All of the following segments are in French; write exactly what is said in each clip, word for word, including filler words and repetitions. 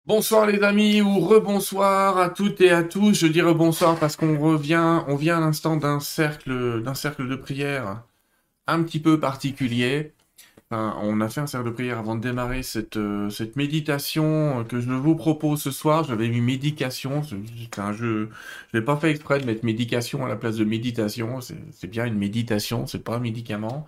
Bonsoir les amis ou rebonsoir à toutes et à tous. Je dis rebonsoir parce qu'on revient, on vient à l'instant d'un cercle, d'un cercle de prière un petit peu particulier. Enfin, on a fait un cercle de prière avant de démarrer cette, euh, cette méditation que je vous propose ce soir. J'avais mis médication. C'est c'est un jeu. Je n'ai pas fait exprès de mettre médication à la place de méditation. C'est c'est bien une méditation, c'est pas un médicament.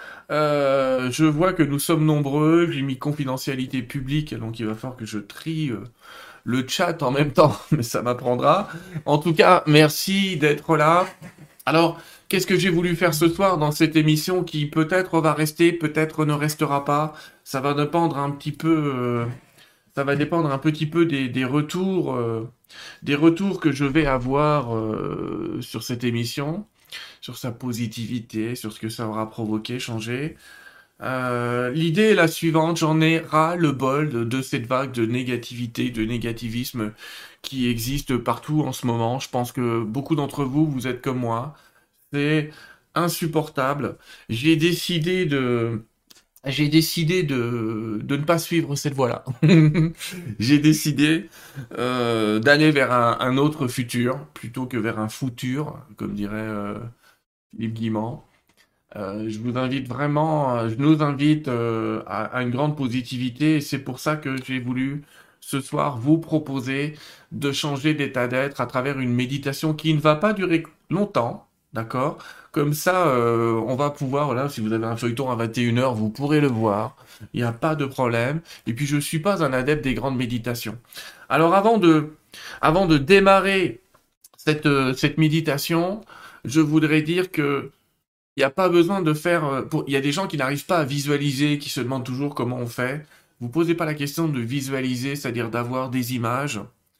Euh, je vois que nous sommes nombreux. J'ai mis confidentialité publique, donc il va falloir que je trie. euh, le chat en même temps, mais ça m'apprendra. En tout cas, merci d'être là. Alors, qu'est-ce que j'ai voulu faire ce soir dans cette émission qui peut-être va rester, peut-être ne restera pas. Ça va dépendre un petit peu, euh, ça va dépendre un petit peu des, des retours, euh, des retours que je vais avoir euh, sur cette émission, sur sa positivité, sur ce que ça aura provoqué, changé. Euh, l'idée est la suivante, j'en ai ras le bol de, de cette vague de négativité, de négativisme qui existe partout en ce moment. Je pense que beaucoup d'entre vous, vous êtes comme moi. C'est insupportable. J'ai décidé de, j'ai décidé de, de ne pas suivre cette voie-là. J'ai décidé euh, d'aller vers un, un autre futur plutôt que vers un foutur, comme dirait euh, Philippe Guimand. Euh, je vous invite vraiment, euh, je nous invite euh, à, à une grande positivité et c'est pour ça que j'ai voulu ce soir vous proposer de changer d'état d'être à travers une méditation qui ne va pas durer longtemps, d'accord? Comme ça, euh, on va pouvoir, voilà, si vous avez un feuilleton à vingt et une heures, vous pourrez le voir, il n'y a pas de problème. Et puis je suis pas un adepte des grandes méditations. Alors avant de, avant de démarrer cette, euh, cette méditation, je voudrais dire que il n'y a pas besoin de faire. euh, Pour... Il y a des gens qui n'arrivent pas à visualiser, qui se demandent toujours comment on fait. Vous posez pas la question de visualiser, c'est-à-dire d'avoir des images.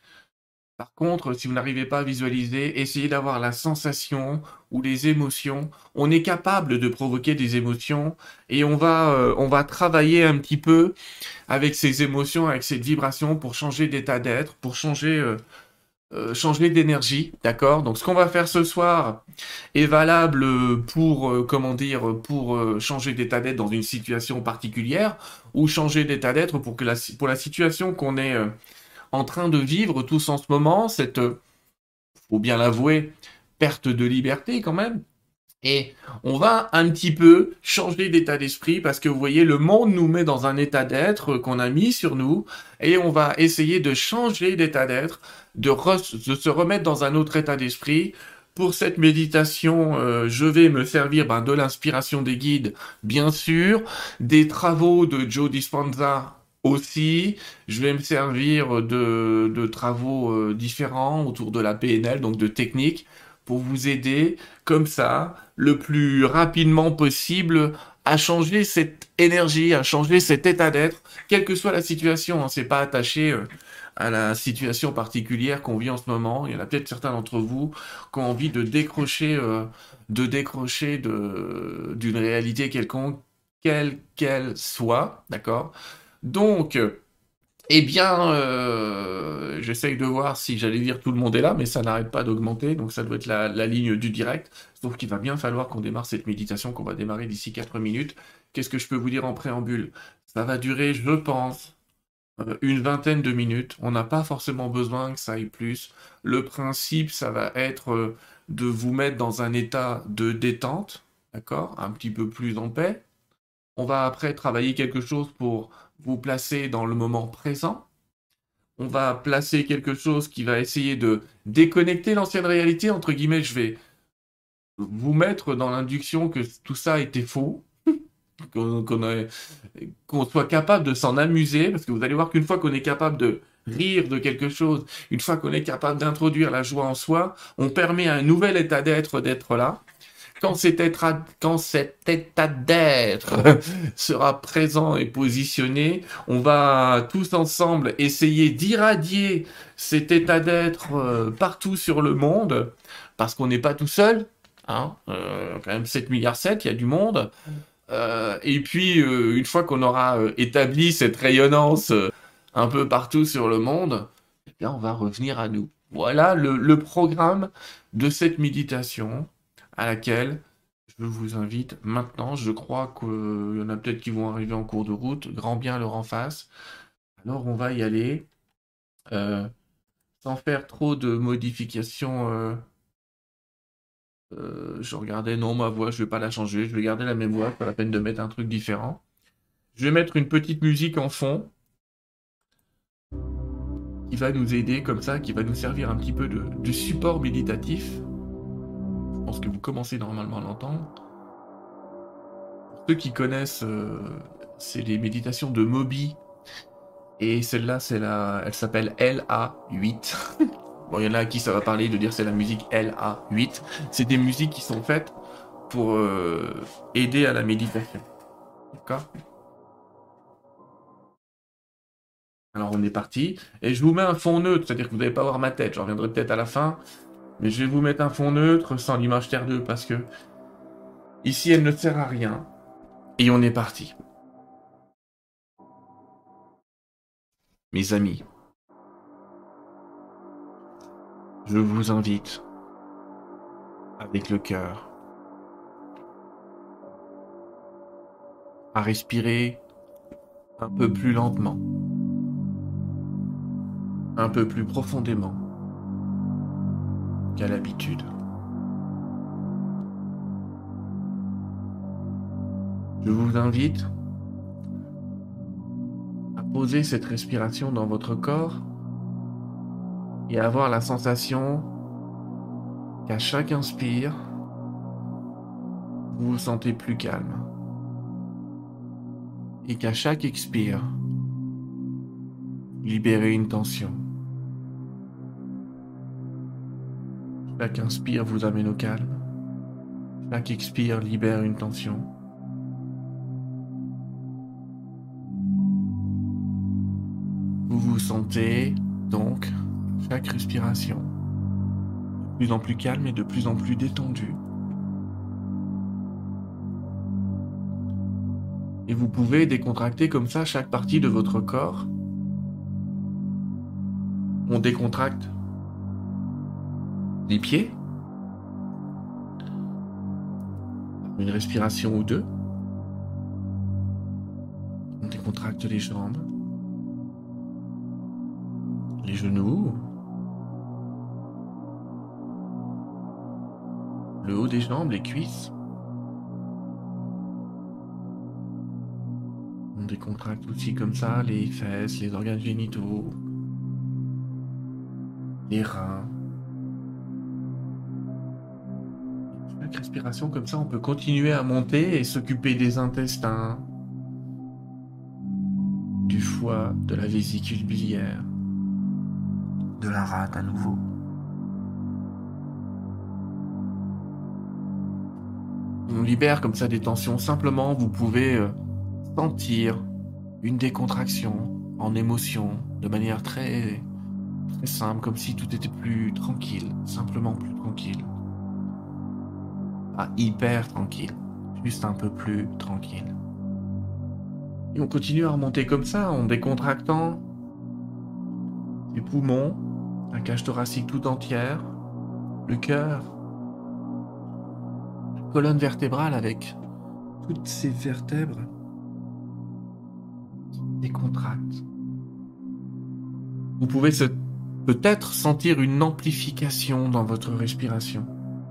Par contre, si vous n'arrivez pas à visualiser, essayez d'avoir la sensation ou les émotions. On est capable de provoquer des émotions et on va, euh, on va travailler un petit peu avec ces émotions, avec cette vibration pour changer d'état d'être, pour changer, euh, euh, changer d'énergie, d'accord? Donc, ce qu'on va faire ce soir, est valable pour, euh, comment dire, pour euh, changer d'état d'être dans une situation particulière, ou changer d'état d'être pour que la, pour la situation qu'on est euh, en train de vivre tous en ce moment, cette, euh, faut bien l'avouer, perte de liberté quand même. Et on va un petit peu changer d'état d'esprit parce que vous voyez, le monde nous met dans un état d'être qu'on a mis sur nous et on va essayer de changer d'état d'être, de, re- de se remettre dans un autre état d'esprit. Pour cette méditation, euh, je vais me servir ben, de l'inspiration des guides, bien sûr, des travaux de Joe Dispenza aussi. Je vais me servir de, de travaux euh, différents autour de la P N L, donc de techniques, pour vous aider comme ça le plus rapidement possible à changer cette énergie, à changer cet état d'être, quelle que soit la situation. Hein, c'est pas attaché euh, à la situation particulière qu'on vit en ce moment. Il y en a peut-être certains d'entre vous qui ont envie de décrocher, euh, de décrocher de, d'une réalité quelconque, quelle qu'elle soit, d'accord? Donc, eh bien, euh, j'essaye de voir si j'allais dire tout le monde est là, mais ça n'arrête pas d'augmenter, donc ça doit être la, la ligne du direct. Sauf qu'il va bien falloir qu'on démarre cette méditation qu'on va démarrer d'ici quatre minutes. Qu'est-ce que je peux vous dire en préambule? Ça va durer, je pense, euh, une vingtaine de minutes. On n'a pas forcément besoin que ça aille plus. Le principe, ça va être euh, de vous mettre dans un état de détente, d'accord? Un petit peu plus en paix. On va après travailler quelque chose pour vous placer dans le moment présent. On va placer quelque chose qui va essayer de déconnecter l'ancienne réalité, entre guillemets, je vais vous mettre dans l'induction que tout ça était faux, qu'on qu'on a- qu'on soit capable de s'en amuser, parce que vous allez voir qu'une fois qu'on est capable de rire de quelque chose, une fois qu'on est capable d'introduire la joie en soi, on permet à un nouvel état d'être d'être là. Quand cet état, quand cet état d'être sera présent et positionné, on va tous ensemble essayer d'irradier cet état d'être euh, partout sur le monde, parce qu'on n'est pas tout seul, hein, euh, quand même sept milliards sept, il y a du monde. Euh, et puis, euh, une fois qu'on aura euh, établi cette rayonnance euh, un peu partout sur le monde, eh bien, on va revenir à nous. Voilà le, le programme de cette méditation à laquelle je vous invite maintenant. Je crois qu'il y en a peut-être qui vont arriver en cours de route. Grand bien leur en face. Alors, on va y aller. euh, sans faire trop de modifications. euh, euh, je regardais, non, ma voix, je vais pas la changer, je vais garder la même voix, pas la peine de mettre un truc différent. Je vais mettre une petite musique en fond qui va nous aider comme ça, qui va nous servir un petit peu de, de support méditatif. Je pense que vous commencez normalement à l'entendre. Pour ceux qui connaissent, euh, c'est les méditations de Moby. Et celle-là, c'est la... elle s'appelle L A huit. Bon, il y en a à qui ça va parler de dire c'est la musique L A huit. C'est des musiques qui sont faites pour euh, aider à la méditation. D'accord? Alors on est parti. Et je vous mets un fond neutre, c'est-à-dire que vous n'allez pas voir ma tête. J'en reviendrai peut-être à la fin. Mais je vais vous mettre un fond neutre sans l'image Terre deux parce que ici elle ne sert à rien. Et on est parti. Mes amis, je vous invite avec le cœur à respirer un peu plus lentement, un peu plus profondément qu'à l'habitude. Je vous invite à poser cette respiration dans votre corps et à avoir la sensation qu'à chaque inspire, vous vous sentez plus calme. Et qu'à chaque expire, libérez une tension. Chaque inspire vous amène au calme. Chaque expire libère une tension. Vous vous sentez donc, chaque respiration, de plus en plus calme et de plus en plus détendu. Et vous pouvez décontracter comme ça chaque partie de votre corps. On décontracte les pieds, une respiration ou deux. On décontracte les jambes, les genoux, le haut des jambes, les cuisses. On décontracte aussi comme ça les fesses, les organes génitaux, les reins. Chaque respiration comme ça, on peut continuer à monter et s'occuper des intestins, du foie, de la vésicule biliaire, de la rate à nouveau. On libère comme ça des tensions. Simplement, vous pouvez euh, sentir une décontraction en émotion, de manière très, très simple, comme si tout était plus tranquille, simplement plus tranquille. Pas hyper tranquille, juste un peu plus tranquille. Et on continue à remonter comme ça, en décontractant les poumons, la cage thoracique tout entière, le cœur, la colonne vertébrale avec toutes ces vertèbres qui décontractent. Vous pouvez se, peut-être sentir une amplification dans votre respiration.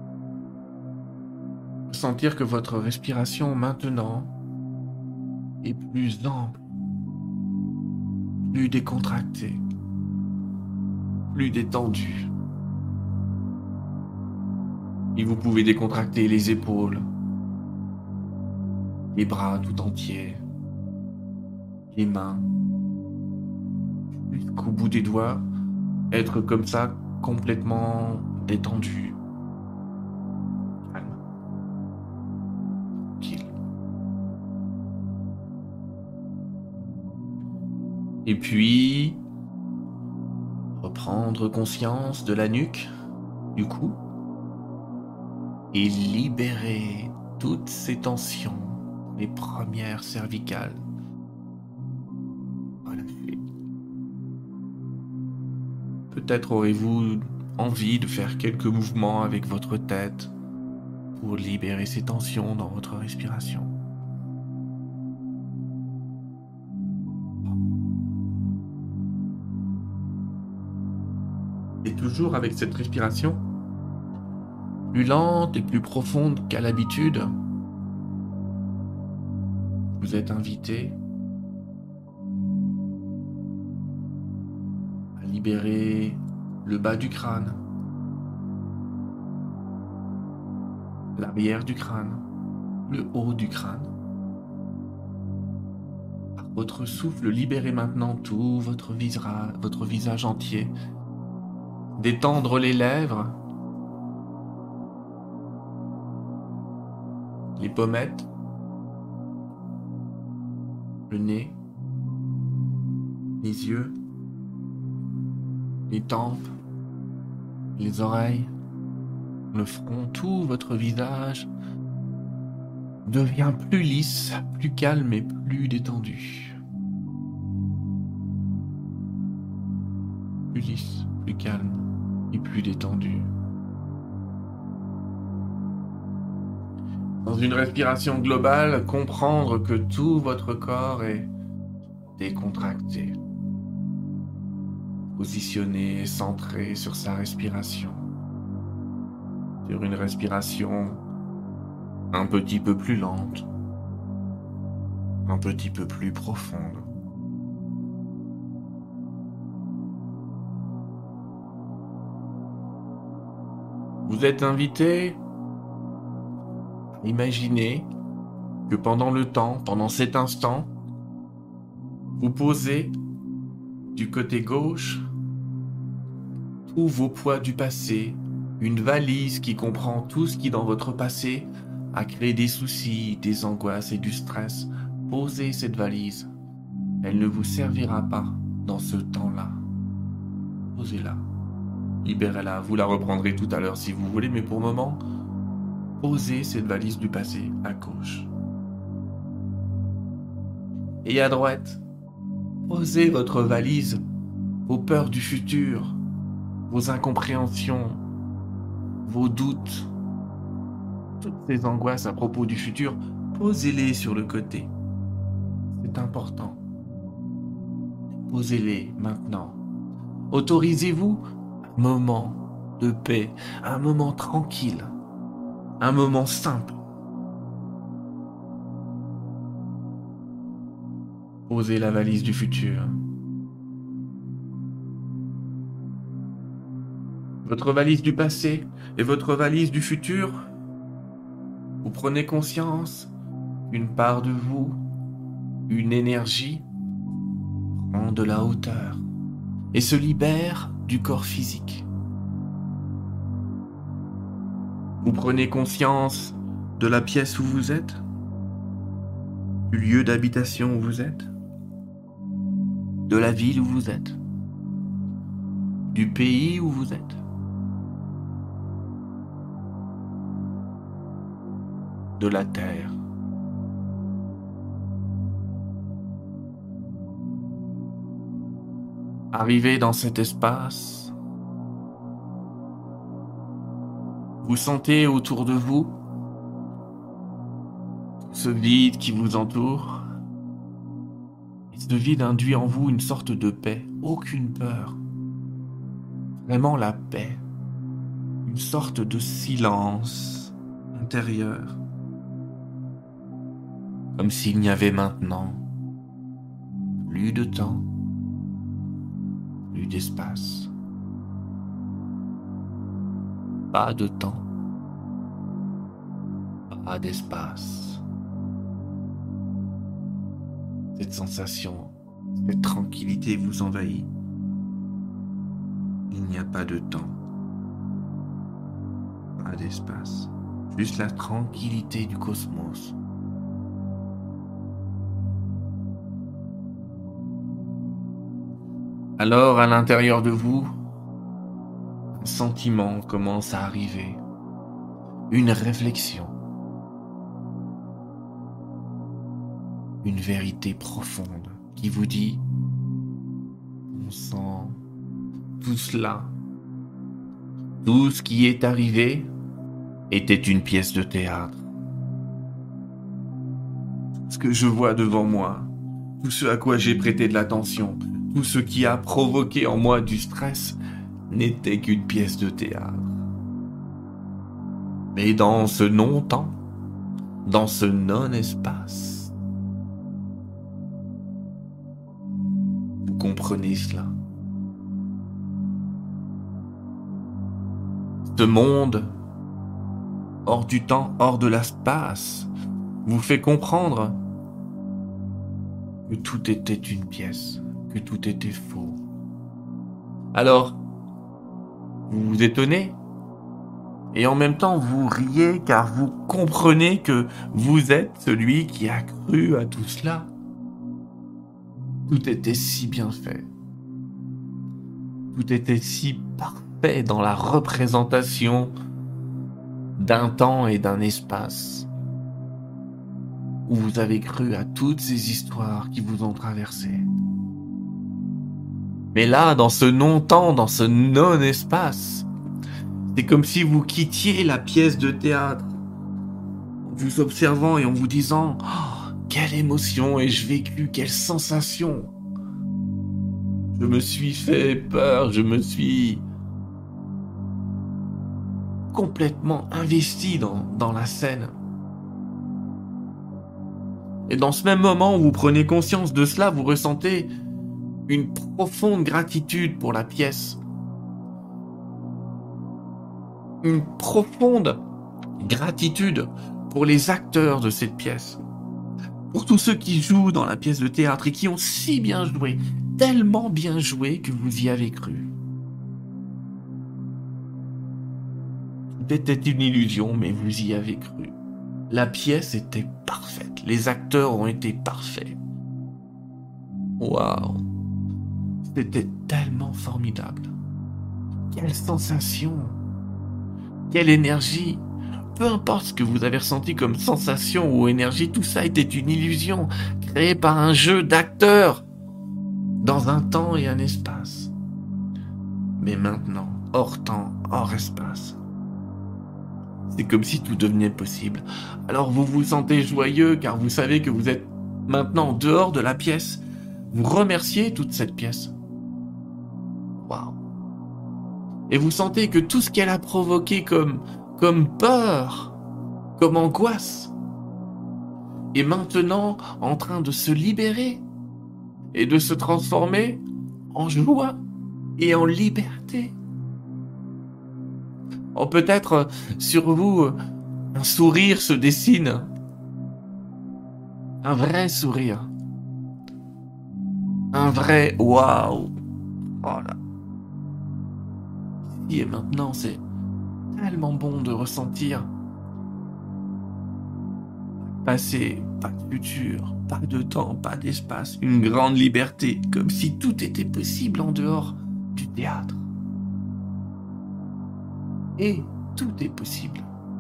Sentir que votre respiration maintenant est plus ample, plus décontractée, plus détendue. Et vous pouvez décontracter les épaules, les bras tout entiers, les mains, jusqu'au bout des doigts, être comme ça complètement détendu, calme, tranquille. Et puis, reprendre conscience de la nuque, du cou, et libérer toutes ces tensions, les premières cervicales. Relâchez. Peut-être aurez-vous envie de faire quelques mouvements avec votre tête pour libérer ces tensions dans votre respiration. Et toujours avec cette respiration, plus lente et plus profonde qu'à l'habitude, vous êtes invité à libérer le bas du crâne, l'arrière du crâne, le haut du crâne. Par votre souffle, libérez maintenant tout votre visage, votre visage entier. Détendre les lèvres, les pommettes, le nez, les yeux, les tempes, les oreilles, le front, tout votre visage devient plus lisse, plus calme et plus détendu. Plus lisse, plus calme et plus détendu. Dans une respiration globale, comprendre que tout votre corps est décontracté, positionné, centré sur sa respiration, sur une respiration un petit peu plus lente, un petit peu plus profonde. Vous êtes invité à imaginer que pendant le temps, pendant cet instant, vous posez du côté gauche tous vos poids du passé, une valise qui comprend tout ce qui dans votre passé a créé des soucis, des angoisses et du stress. Posez cette valise. Elle ne vous servira pas dans ce temps-là. Posez-la. Libérez-la. Vous la reprendrez tout à l'heure si vous voulez, mais pour le moment, posez cette valise du passé à gauche. Et à droite, posez votre valise, vos peurs du futur, vos incompréhensions, vos doutes, toutes ces angoisses à propos du futur, posez-les sur le côté. C'est important. Posez-les maintenant. Autorisez-vous un moment de paix, un moment tranquille, un moment simple. Posez la valise du futur. Votre valise du passé et votre valise du futur. Vous prenez conscience qu'une part de vous, une énergie, prend de la hauteur et se libère du corps physique. Vous prenez conscience de la pièce où vous êtes, du lieu d'habitation où vous êtes, de la ville où vous êtes, du pays où vous êtes. De la terre. Arrivé dans cet espace, vous sentez autour de vous ce vide qui vous entoure. Et ce vide induit en vous une sorte de paix, aucune peur. Vraiment la paix, une sorte de silence intérieur. Comme s'il n'y avait maintenant plus de temps, plus d'espace. Pas de temps, pas d'espace. Cette sensation, cette tranquillité vous envahit. Il n'y a pas de temps, pas d'espace. Juste la tranquillité du cosmos. Alors, à l'intérieur de vous, un sentiment commence à arriver, une réflexion, une vérité profonde qui vous dit « On sent tout cela, tout ce qui est arrivé était une pièce de théâtre. Tout ce que je vois devant moi, tout ce à quoi j'ai prêté de l'attention, tout ce qui a provoqué en moi du stress n'était qu'une pièce de théâtre. Mais dans ce non-temps, dans ce non-espace, vous comprenez cela. Ce monde, hors du temps, hors de l'espace, vous fait comprendre que tout était une pièce, que tout était faux. Alors, vous vous étonnez, et en même temps vous riez car vous comprenez que vous êtes celui qui a cru à tout cela. Tout était si bien fait. Tout était si parfait dans la représentation d'un temps et d'un espace où vous avez cru à toutes ces histoires qui vous ont traversé. Mais là, dans ce non-temps, dans ce non-espace, c'est comme si vous quittiez la pièce de théâtre, en vous observant et en vous disant oh, « Quelle émotion ai-je vécu, quelle sensation !» Je me suis fait peur, je me suis complètement investi dans, dans la scène. Et dans ce même moment où vous prenez conscience de cela, vous ressentez une profonde gratitude pour la pièce. Une profonde gratitude pour les acteurs de cette pièce. Pour tous ceux qui jouent dans la pièce de théâtre et qui ont si bien joué, tellement bien joué que vous y avez cru. C'était une illusion, mais vous y avez cru. La pièce était parfaite. Les acteurs ont été parfaits. Waouh! C'était tellement formidable. Quelle sensation! Quelle énergie! Peu importe ce que vous avez ressenti comme sensation ou énergie, tout ça était une illusion créée par un jeu d'acteurs dans un temps et un espace. Mais maintenant, hors temps, hors espace, c'est comme si tout devenait possible. Alors vous vous sentez joyeux car vous savez que vous êtes maintenant dehors de la pièce. Vous remerciez toute cette pièce. Waouh! Et vous sentez que tout ce qu'elle a provoqué comme, comme peur, comme angoisse, est maintenant en train de se libérer et de se transformer en joie et en liberté. Oh, peut-être sur vous, un sourire se dessine. Un vrai sourire. Un vrai waouh. Oh là. Ici et maintenant, c'est tellement bon de ressentir. Passé, pas de futur, pas de temps, pas d'espace, une grande liberté, comme si tout était possible en dehors du théâtre. Et tout est possible.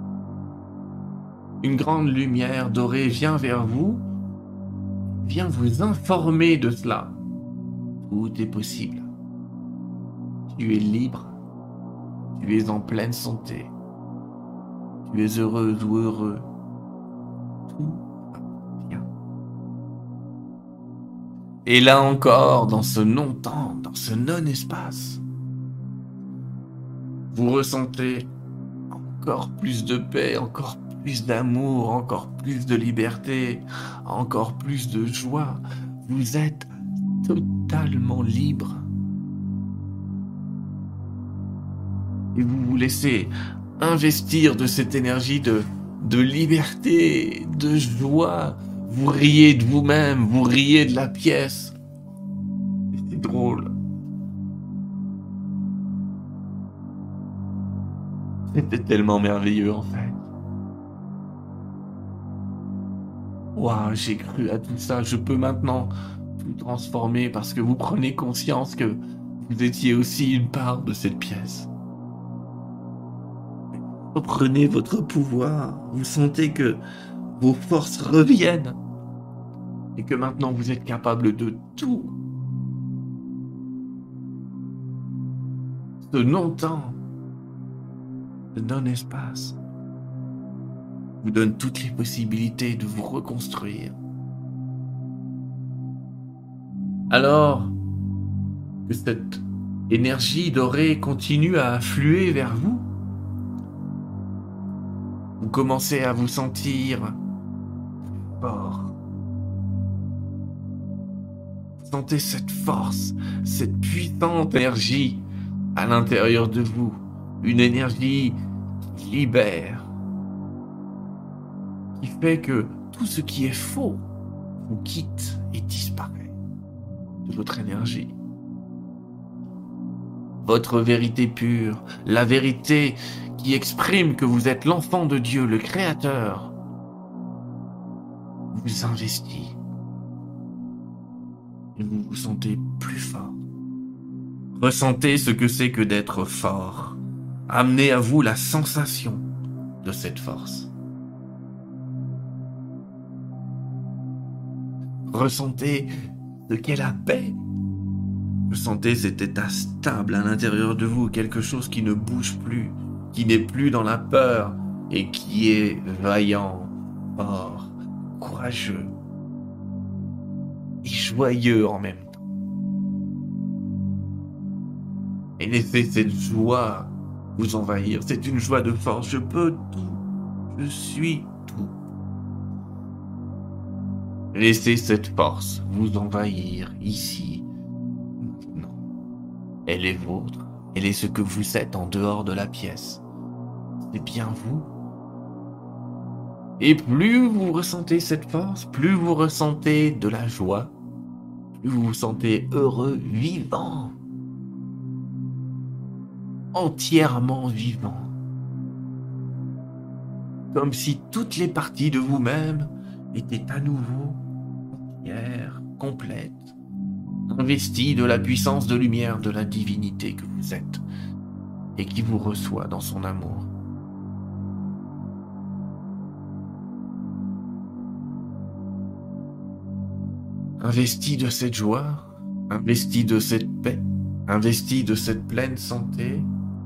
Une grande lumière dorée vient vers vous, vient vous informer de cela. Tout est possible. Tu es libre. Tu es en pleine santé. Tu es heureuse ou heureux. Tout va bien. Et là encore, dans ce non-temps, dans ce non-espace, vous ressentez encore plus de paix, encore plus d'amour, encore plus de liberté, encore plus de joie. Vous êtes totalement libre. Et vous vous laissez investir de cette énergie de, de liberté, de joie. Vous riez de vous-même, vous riez de la pièce. Et c'est drôle. C'était tellement merveilleux en fait. Waouh, j'ai cru à tout ça. Je peux maintenant tout transformer parce que vous prenez conscience que vous étiez aussi une part de cette pièce. Reprenez votre pouvoir. Vous sentez que vos forces reviennent et que maintenant vous êtes capable de tout. Ce non-temps, ce non-espace vous donne toutes les possibilités de vous reconstruire. Alors que cette L'énergie dorée continue à affluer vers vous. Vous commencez à vous sentir fort. Sentez cette force, cette puissante énergie à l'intérieur de vous. Une énergie qui libère, qui fait que tout ce qui est faux vous quitte et disparaît de votre énergie. Votre vérité pure, la vérité qui exprime que vous êtes l'enfant de Dieu, le Créateur, vous investit. Et vous vous sentez plus fort. Ressentez ce que c'est que d'être fort. Amenez à vous la sensation de cette force. Ressentez ce qu'est la paix. Ressentez cet état stable à l'intérieur de vous, quelque chose qui ne bouge plus, qui n'est plus dans la peur et qui est vaillant, fort, courageux et joyeux en même temps. Et laissez cette joie vous envahir. C'est une joie de force. Je peux tout. Je suis tout. Laissez cette force vous envahir ici, maintenant. Elle est vôtre. Elle est ce que vous êtes en dehors de la pièce. C'est bien vous. Et plus vous ressentez cette force, plus vous ressentez de la joie, plus vous vous sentez heureux, vivant. Entièrement vivant. Comme si toutes les parties de vous-même étaient à nouveau entières, complètes, investies de la puissance de lumière de la divinité que vous êtes et qui vous reçoit dans son amour. Investi de cette joie, investi de cette paix, investi de cette pleine santé,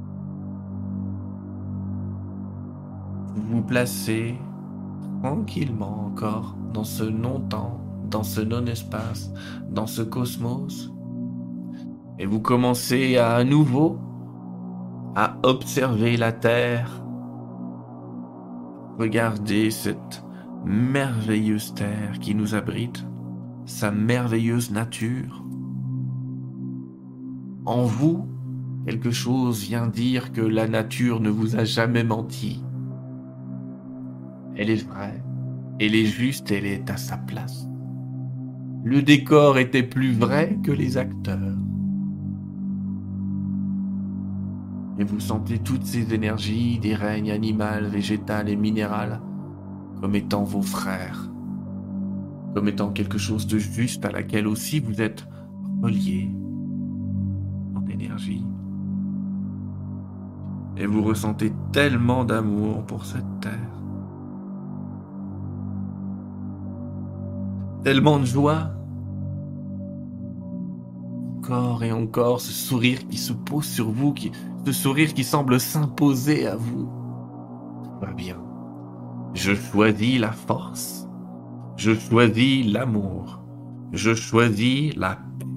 vous vous placez tranquillement encore dans ce non-temps, dans ce non-espace, dans ce cosmos, et vous commencez à, à nouveau à observer la Terre. Regardez cette merveilleuse Terre qui nous abrite, sa merveilleuse nature. En vous, quelque chose vient dire que la nature ne vous a jamais menti. Elle est vraie, elle est juste, elle est à sa place. Le décor était plus vrai que les acteurs. Et vous sentez toutes ces énergies des règnes animal, végétal et minéral comme étant vos frères, comme étant quelque chose de juste à laquelle aussi vous êtes reliés en énergie. Et vous ressentez tellement d'amour pour cette terre. Tellement de joie. Encore et encore, ce sourire qui se pose sur vous, qui, ce sourire qui semble s'imposer à vous. Tout va bien. Je choisis la force. Je choisis l'amour. Je choisis la paix.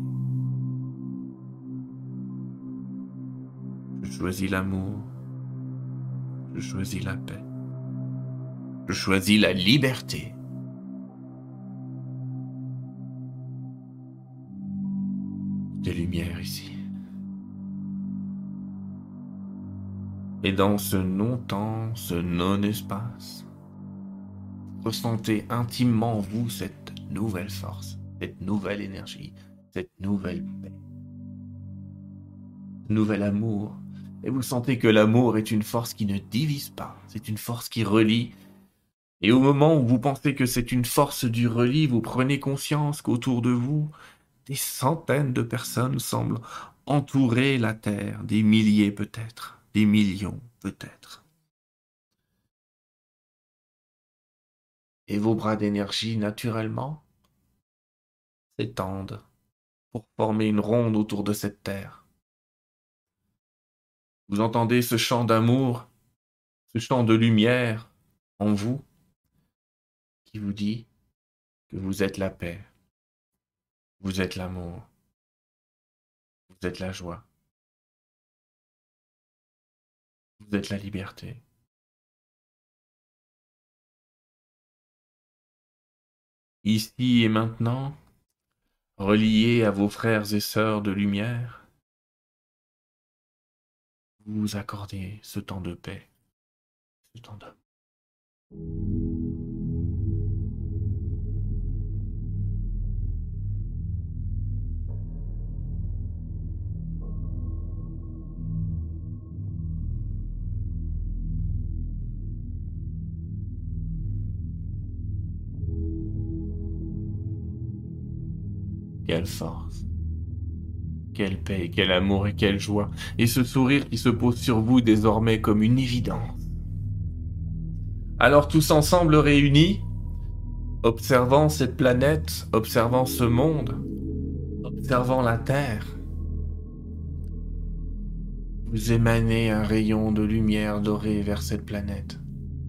Je choisis l'amour. Je choisis la paix. Je choisis la liberté. Des lumières ici. Et dans ce non-temps, ce non-espace, ressentez intimement en vous cette nouvelle force, cette nouvelle énergie, cette nouvelle paix, ce nouvel amour. Et vous sentez que l'amour est une force qui ne divise pas, c'est une force qui relie. Et au moment où vous pensez que c'est une force du relie, vous prenez conscience qu'autour de vous, des centaines de personnes semblent entourer la Terre, des milliers peut-être, des millions peut-être. Et vos bras d'énergie, naturellement, s'étendent pour former une ronde autour de cette Terre. Vous entendez ce chant d'amour, ce chant de lumière en vous, qui vous dit que vous êtes la paix, vous êtes l'amour, vous êtes la joie. Vous êtes la liberté. Ici et maintenant, reliés à vos frères et sœurs de lumière, vous vous accordez ce temps de paix, ce temps de... Quelle force, quelle paix, quel amour et quelle joie, et ce sourire qui se pose sur vous désormais comme une évidence. Alors tous ensemble réunis, observant cette planète, observant ce monde, observant la Terre, vous émanez un rayon de lumière dorée vers cette planète.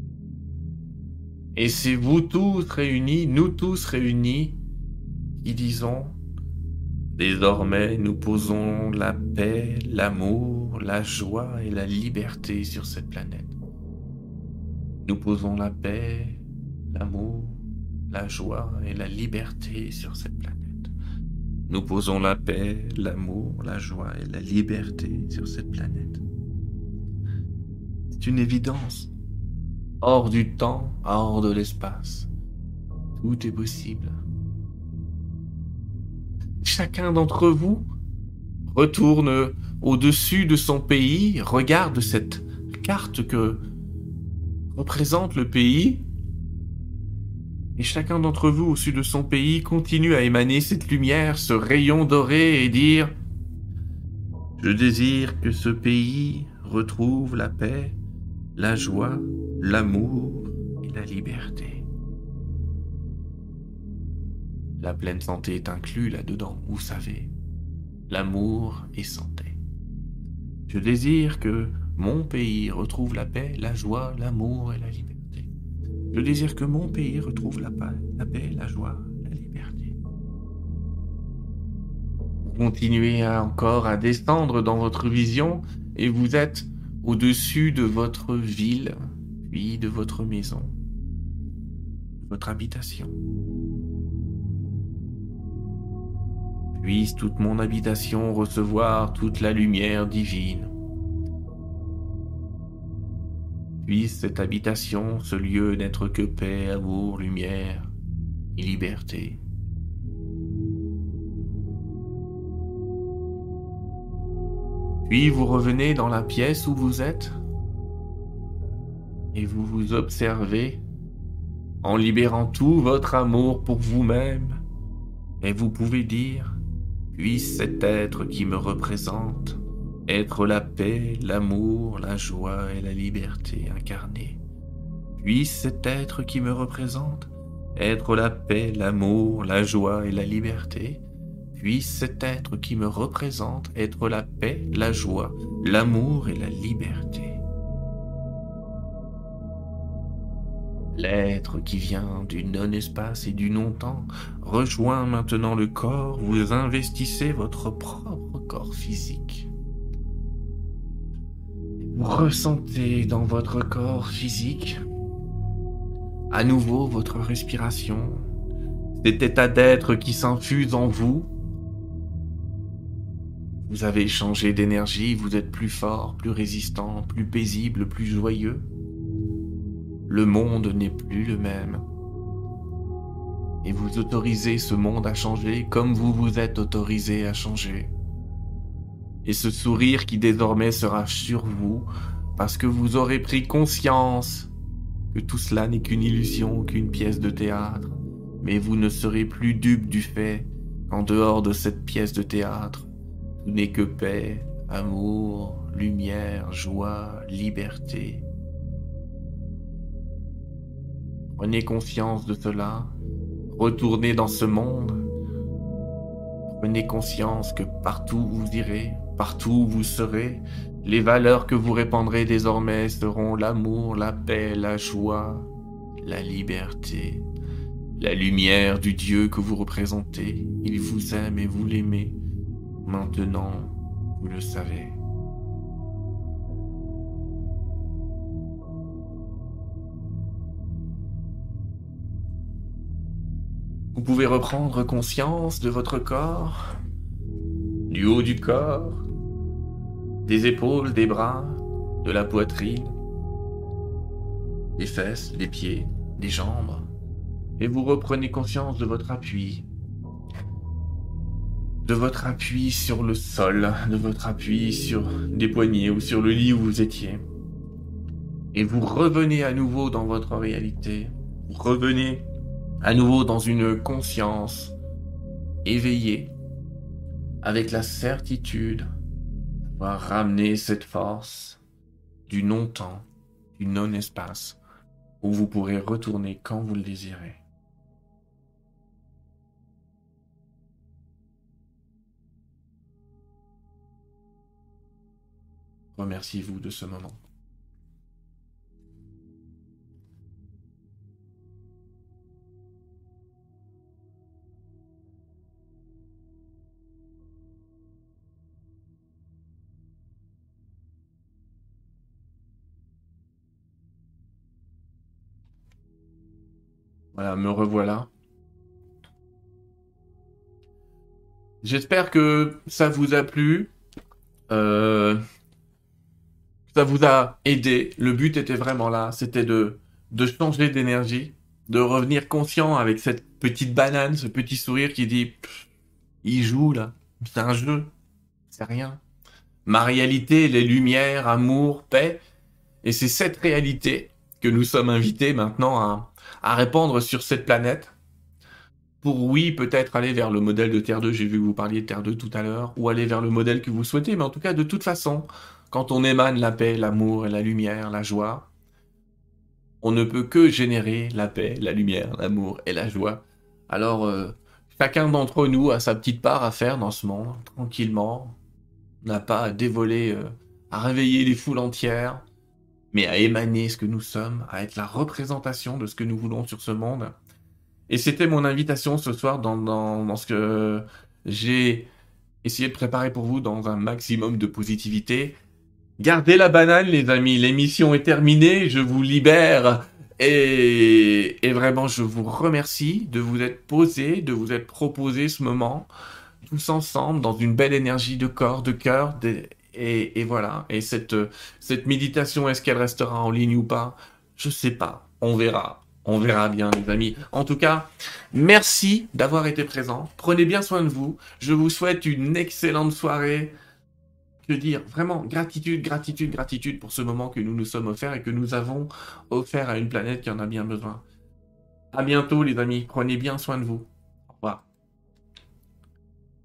Et c'est vous tous réunis, nous tous réunis, qui disons: désormais nous posons la paix, l'amour, la joie et la liberté sur cette planète. Nous posons la paix, l'amour, la joie et la liberté sur cette planète. Nous posons la paix, l'amour, la joie et la liberté sur cette planète. C'est une évidence. Hors du temps, hors de l'espace. Tout est possible. Chacun d'entre vous retourne au-dessus de son pays, regarde cette carte que représente le pays, et chacun d'entre vous au-dessus de son pays continue à émaner cette lumière, ce rayon doré, et dire: je désire que ce pays retrouve la paix, la joie, l'amour et la liberté. La pleine santé est inclue là-dedans, vous savez. L'amour et santé. Je désire que mon pays retrouve la paix, la joie, l'amour et la liberté. Je désire que mon pays retrouve la paix, la paix, la joie, la liberté. Vous continuez à, encore à descendre dans votre vision et vous êtes au-dessus de votre ville, puis de votre maison, de votre habitation. Puisse toute mon habitation recevoir toute la lumière divine. Puisse cette habitation, ce lieu, n'être que paix, amour, lumière et liberté. Puis vous revenez dans la pièce où vous êtes et vous vous observez en libérant tout votre amour pour vous-même, et vous pouvez dire: puisse cet être qui me représente être la paix, l'amour, la joie et la liberté incarnée. Puisse cet être qui me représente être la paix, l'amour, la joie et la liberté. Puisse cet être qui me représente être la paix, la joie, l'amour et la liberté. L'être qui vient du non-espace et du non-temps rejoint maintenant le corps, vous investissez votre propre corps physique. Vous ressentez dans votre corps physique à nouveau votre respiration, cet état d'être qui s'infuse en vous. Vous avez changé d'énergie, vous êtes plus fort, plus résistant, plus paisible, plus joyeux. Le monde n'est plus le même. Et vous autorisez ce monde à changer comme vous vous êtes autorisé à changer. Et ce sourire qui désormais sera sur vous, parce que vous aurez pris conscience que tout cela n'est qu'une illusion, qu'une pièce de théâtre, mais vous ne serez plus dupe du fait qu'en dehors de cette pièce de théâtre, tout n'est que paix, amour, lumière, joie, liberté. Prenez conscience de cela, retournez dans ce monde, prenez conscience que partout où vous irez, partout où vous serez, les valeurs que vous répandrez désormais seront l'amour, la paix, la joie, la liberté, la lumière du Dieu que vous représentez. Il vous aime et vous l'aimez. Maintenant, vous le savez. Vous pouvez reprendre conscience de votre corps, du haut du corps, des épaules, des bras, de la poitrine, des fesses, des pieds, des jambes. Et vous reprenez conscience de votre appui, de votre appui sur le sol, de votre appui sur des poignets ou sur le lit où vous étiez. Et vous revenez à nouveau dans votre réalité. Vous revenez à nouveau dans une conscience éveillée, avec la certitude d'avoir ramené cette force du non-temps, du non-espace, où vous pourrez retourner quand vous le désirez. Remerciez-vous de ce moment. Voilà, me revoilà. J'espère que ça vous a plu. Euh, ça vous a aidé. Le but était vraiment là. C'était de, de changer d'énergie. De revenir conscient avec cette petite banane, ce petit sourire qui dit « Il joue là. C'est un jeu. C'est rien. Ma réalité, les lumières, amour, paix. » Et c'est cette réalité que nous sommes invités maintenant à, à répandre sur cette planète. Pour, oui, peut-être aller vers le modèle de Terre deux, j'ai vu que vous parliez de Terre deux tout à l'heure, ou aller vers le modèle que vous souhaitez, mais en tout cas, de toute façon, quand on émane la paix, l'amour et la lumière, la joie, on ne peut que générer la paix, la lumière, l'amour et la joie. Alors, euh, chacun d'entre nous a sa petite part à faire dans ce monde, tranquillement. On n'a pas à dévoiler, euh, à réveiller les foules entières, mais à émaner ce que nous sommes, à être la représentation de ce que nous voulons sur ce monde. Et c'était mon invitation ce soir dans, dans, dans ce que j'ai essayé de préparer pour vous dans un maximum de positivité. Gardez la banane, les amis. L'émission est terminée. Je vous libère. Et, et vraiment, je vous remercie de vous être posé, de vous être proposé ce moment, tous ensemble, dans une belle énergie de corps, de cœur. De, et, et voilà. Et cette, cette méditation, est-ce qu'elle restera en ligne ou pas? Je sais pas. On verra. On verra bien, les amis. En tout cas, merci d'avoir été présents. Prenez bien soin de vous. Je vous souhaite une excellente soirée. Que dire? Vraiment, gratitude, gratitude, gratitude pour ce moment que nous nous sommes offerts et que nous avons offert à une planète qui en a bien besoin. À bientôt, les amis. Prenez bien soin de vous. Au revoir.